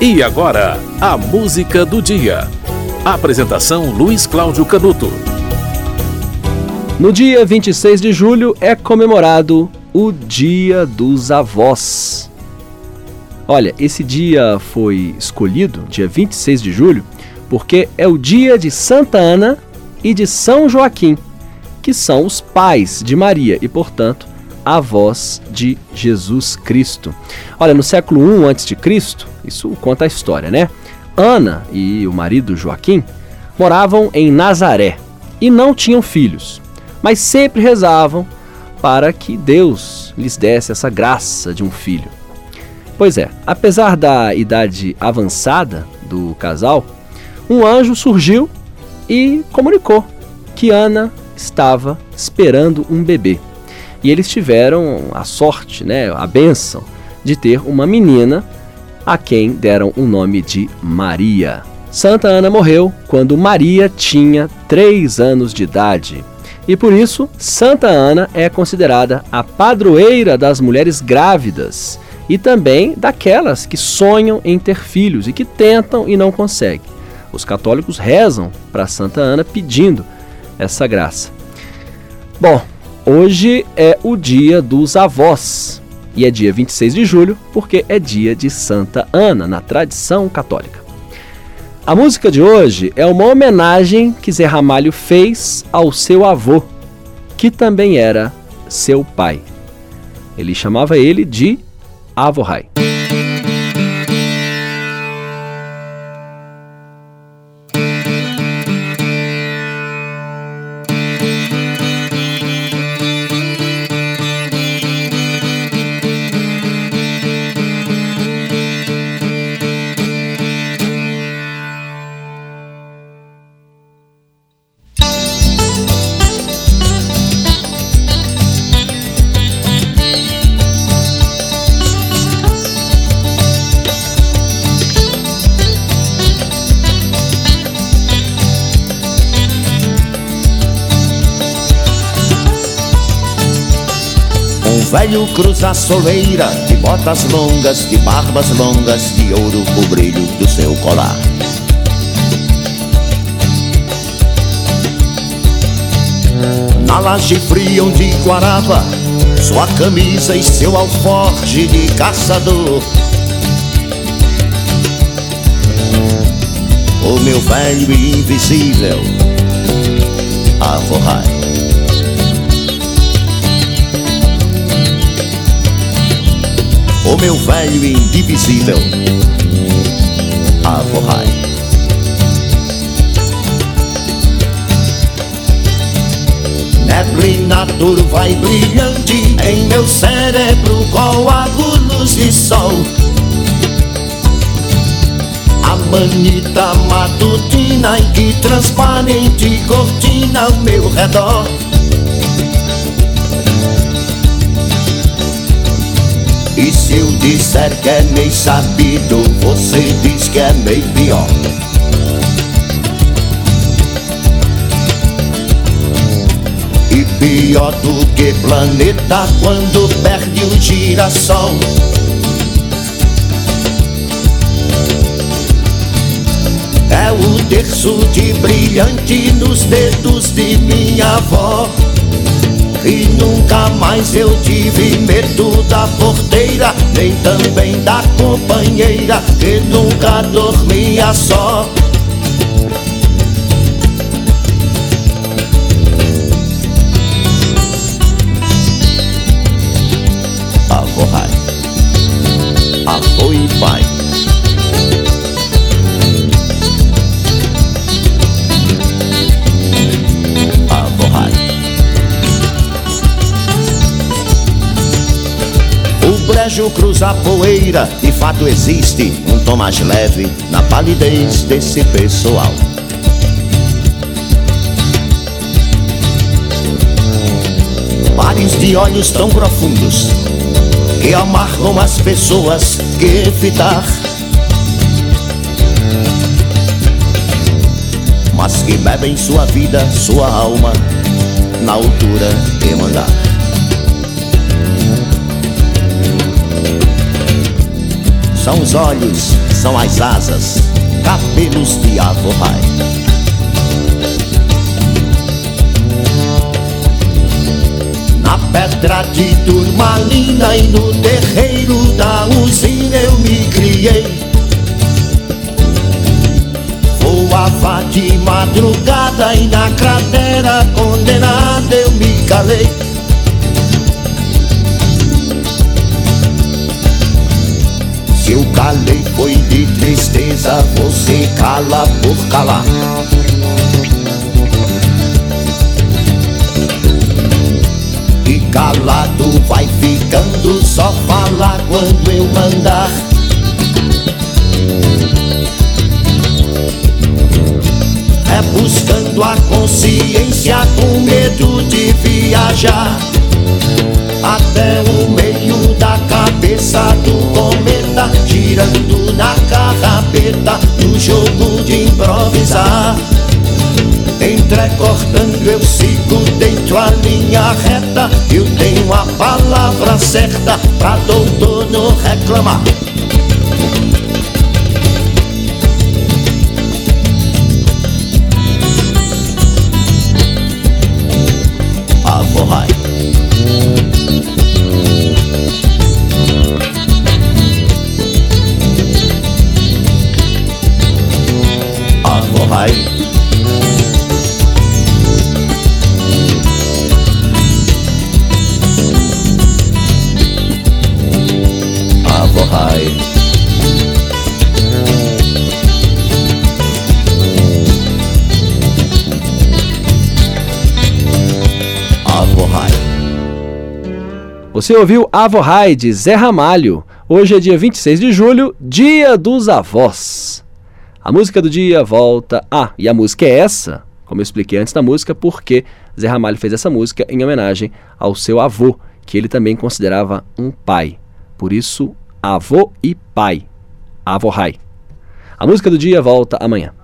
E agora, a música do dia. Apresentação Luiz Cláudio Canuto. No dia 26 de julho é comemorado o Dia dos Avós. Olha, esse dia foi escolhido, dia 26 de julho, porque é o dia de Santa Ana e de São Joaquim, que são os pais de Maria e, portanto, avós de Jesus Cristo. Olha, no século I a.C., isso conta a história, né? Ana e o marido Joaquim moravam em Nazaré e não tinham filhos, mas sempre rezavam para que Deus lhes desse essa graça de um filho. Pois é, apesar da idade avançada do casal, um anjo surgiu e comunicou que Ana estava esperando um bebê. E eles tiveram a sorte, a bênção de ter uma menina a quem deram o nome de Maria. Santa Ana morreu quando Maria tinha 3 anos de idade. E por isso, Santa Ana é considerada a padroeira das mulheres grávidas e também daquelas que sonham em ter filhos e que tentam e não conseguem. Os católicos rezam para Santa Ana pedindo essa graça. Bom, hoje é o Dia dos Avós e é dia 26 de julho porque é dia de Santa Ana, na tradição católica. A música de hoje é uma homenagem que Zé Ramalho fez ao seu avô, que também era seu pai. Ele chamava ele de Avô Rai. Velho cruza a soleira, de botas longas, de barbas longas, de ouro o brilho do seu colar. Na laje fria onde guarava sua camisa e seu alforje de caçador, o meu velho e invisível Avô Rai. O meu velho e indivisível Avô Rai. Neblina turva e brilhante em meu cérebro, coágulos de sol. A manita matutina em que transparente cortina ao meu redor. E se eu disser que é meio sabido, você diz que é meio pior. E pior do que planeta quando perde o girassol. É o terço de brilhante nos dedos de minha avó. E nunca mais eu tive medo da porteira, nem também da companheira, que nunca dormia só. Avô Rai, avô e pai. O brejo cruza a poeira, de fato existe um tom mais leve na palidez desse pessoal. Pares de olhos tão profundos que amarram as pessoas que fitar, mas que bebem sua vida, sua alma na altura de mandar. São os olhos, são as asas, cabelos de Avohai. Na pedra de turmalina e no terreiro da usina eu me criei. Voava de madrugada e na cratera condenada eu me calei. Se eu calei foi de tristeza, você cala por calar. E calado vai ficando, só falar quando eu mandar. É buscando a consciência com medo de viajar até o meio da cabeça do cometa, girando na carrapeta, no jogo de improvisar. Entrecortando eu sigo dentro a linha reta, eu tenho a palavra certa pra doutor não reclamar. Avohai. Avohai. Avohai. Avohai. Você ouviu Avohai de Zé Ramalho. Hoje é dia 26 de julho, dia dos avós. A música do dia volta... e a música é essa, como eu expliquei antes da música, porque Zé Ramalho fez essa música em homenagem ao seu avô, que ele também considerava um pai. Por isso, avô e pai. Avohai. A música do dia volta amanhã.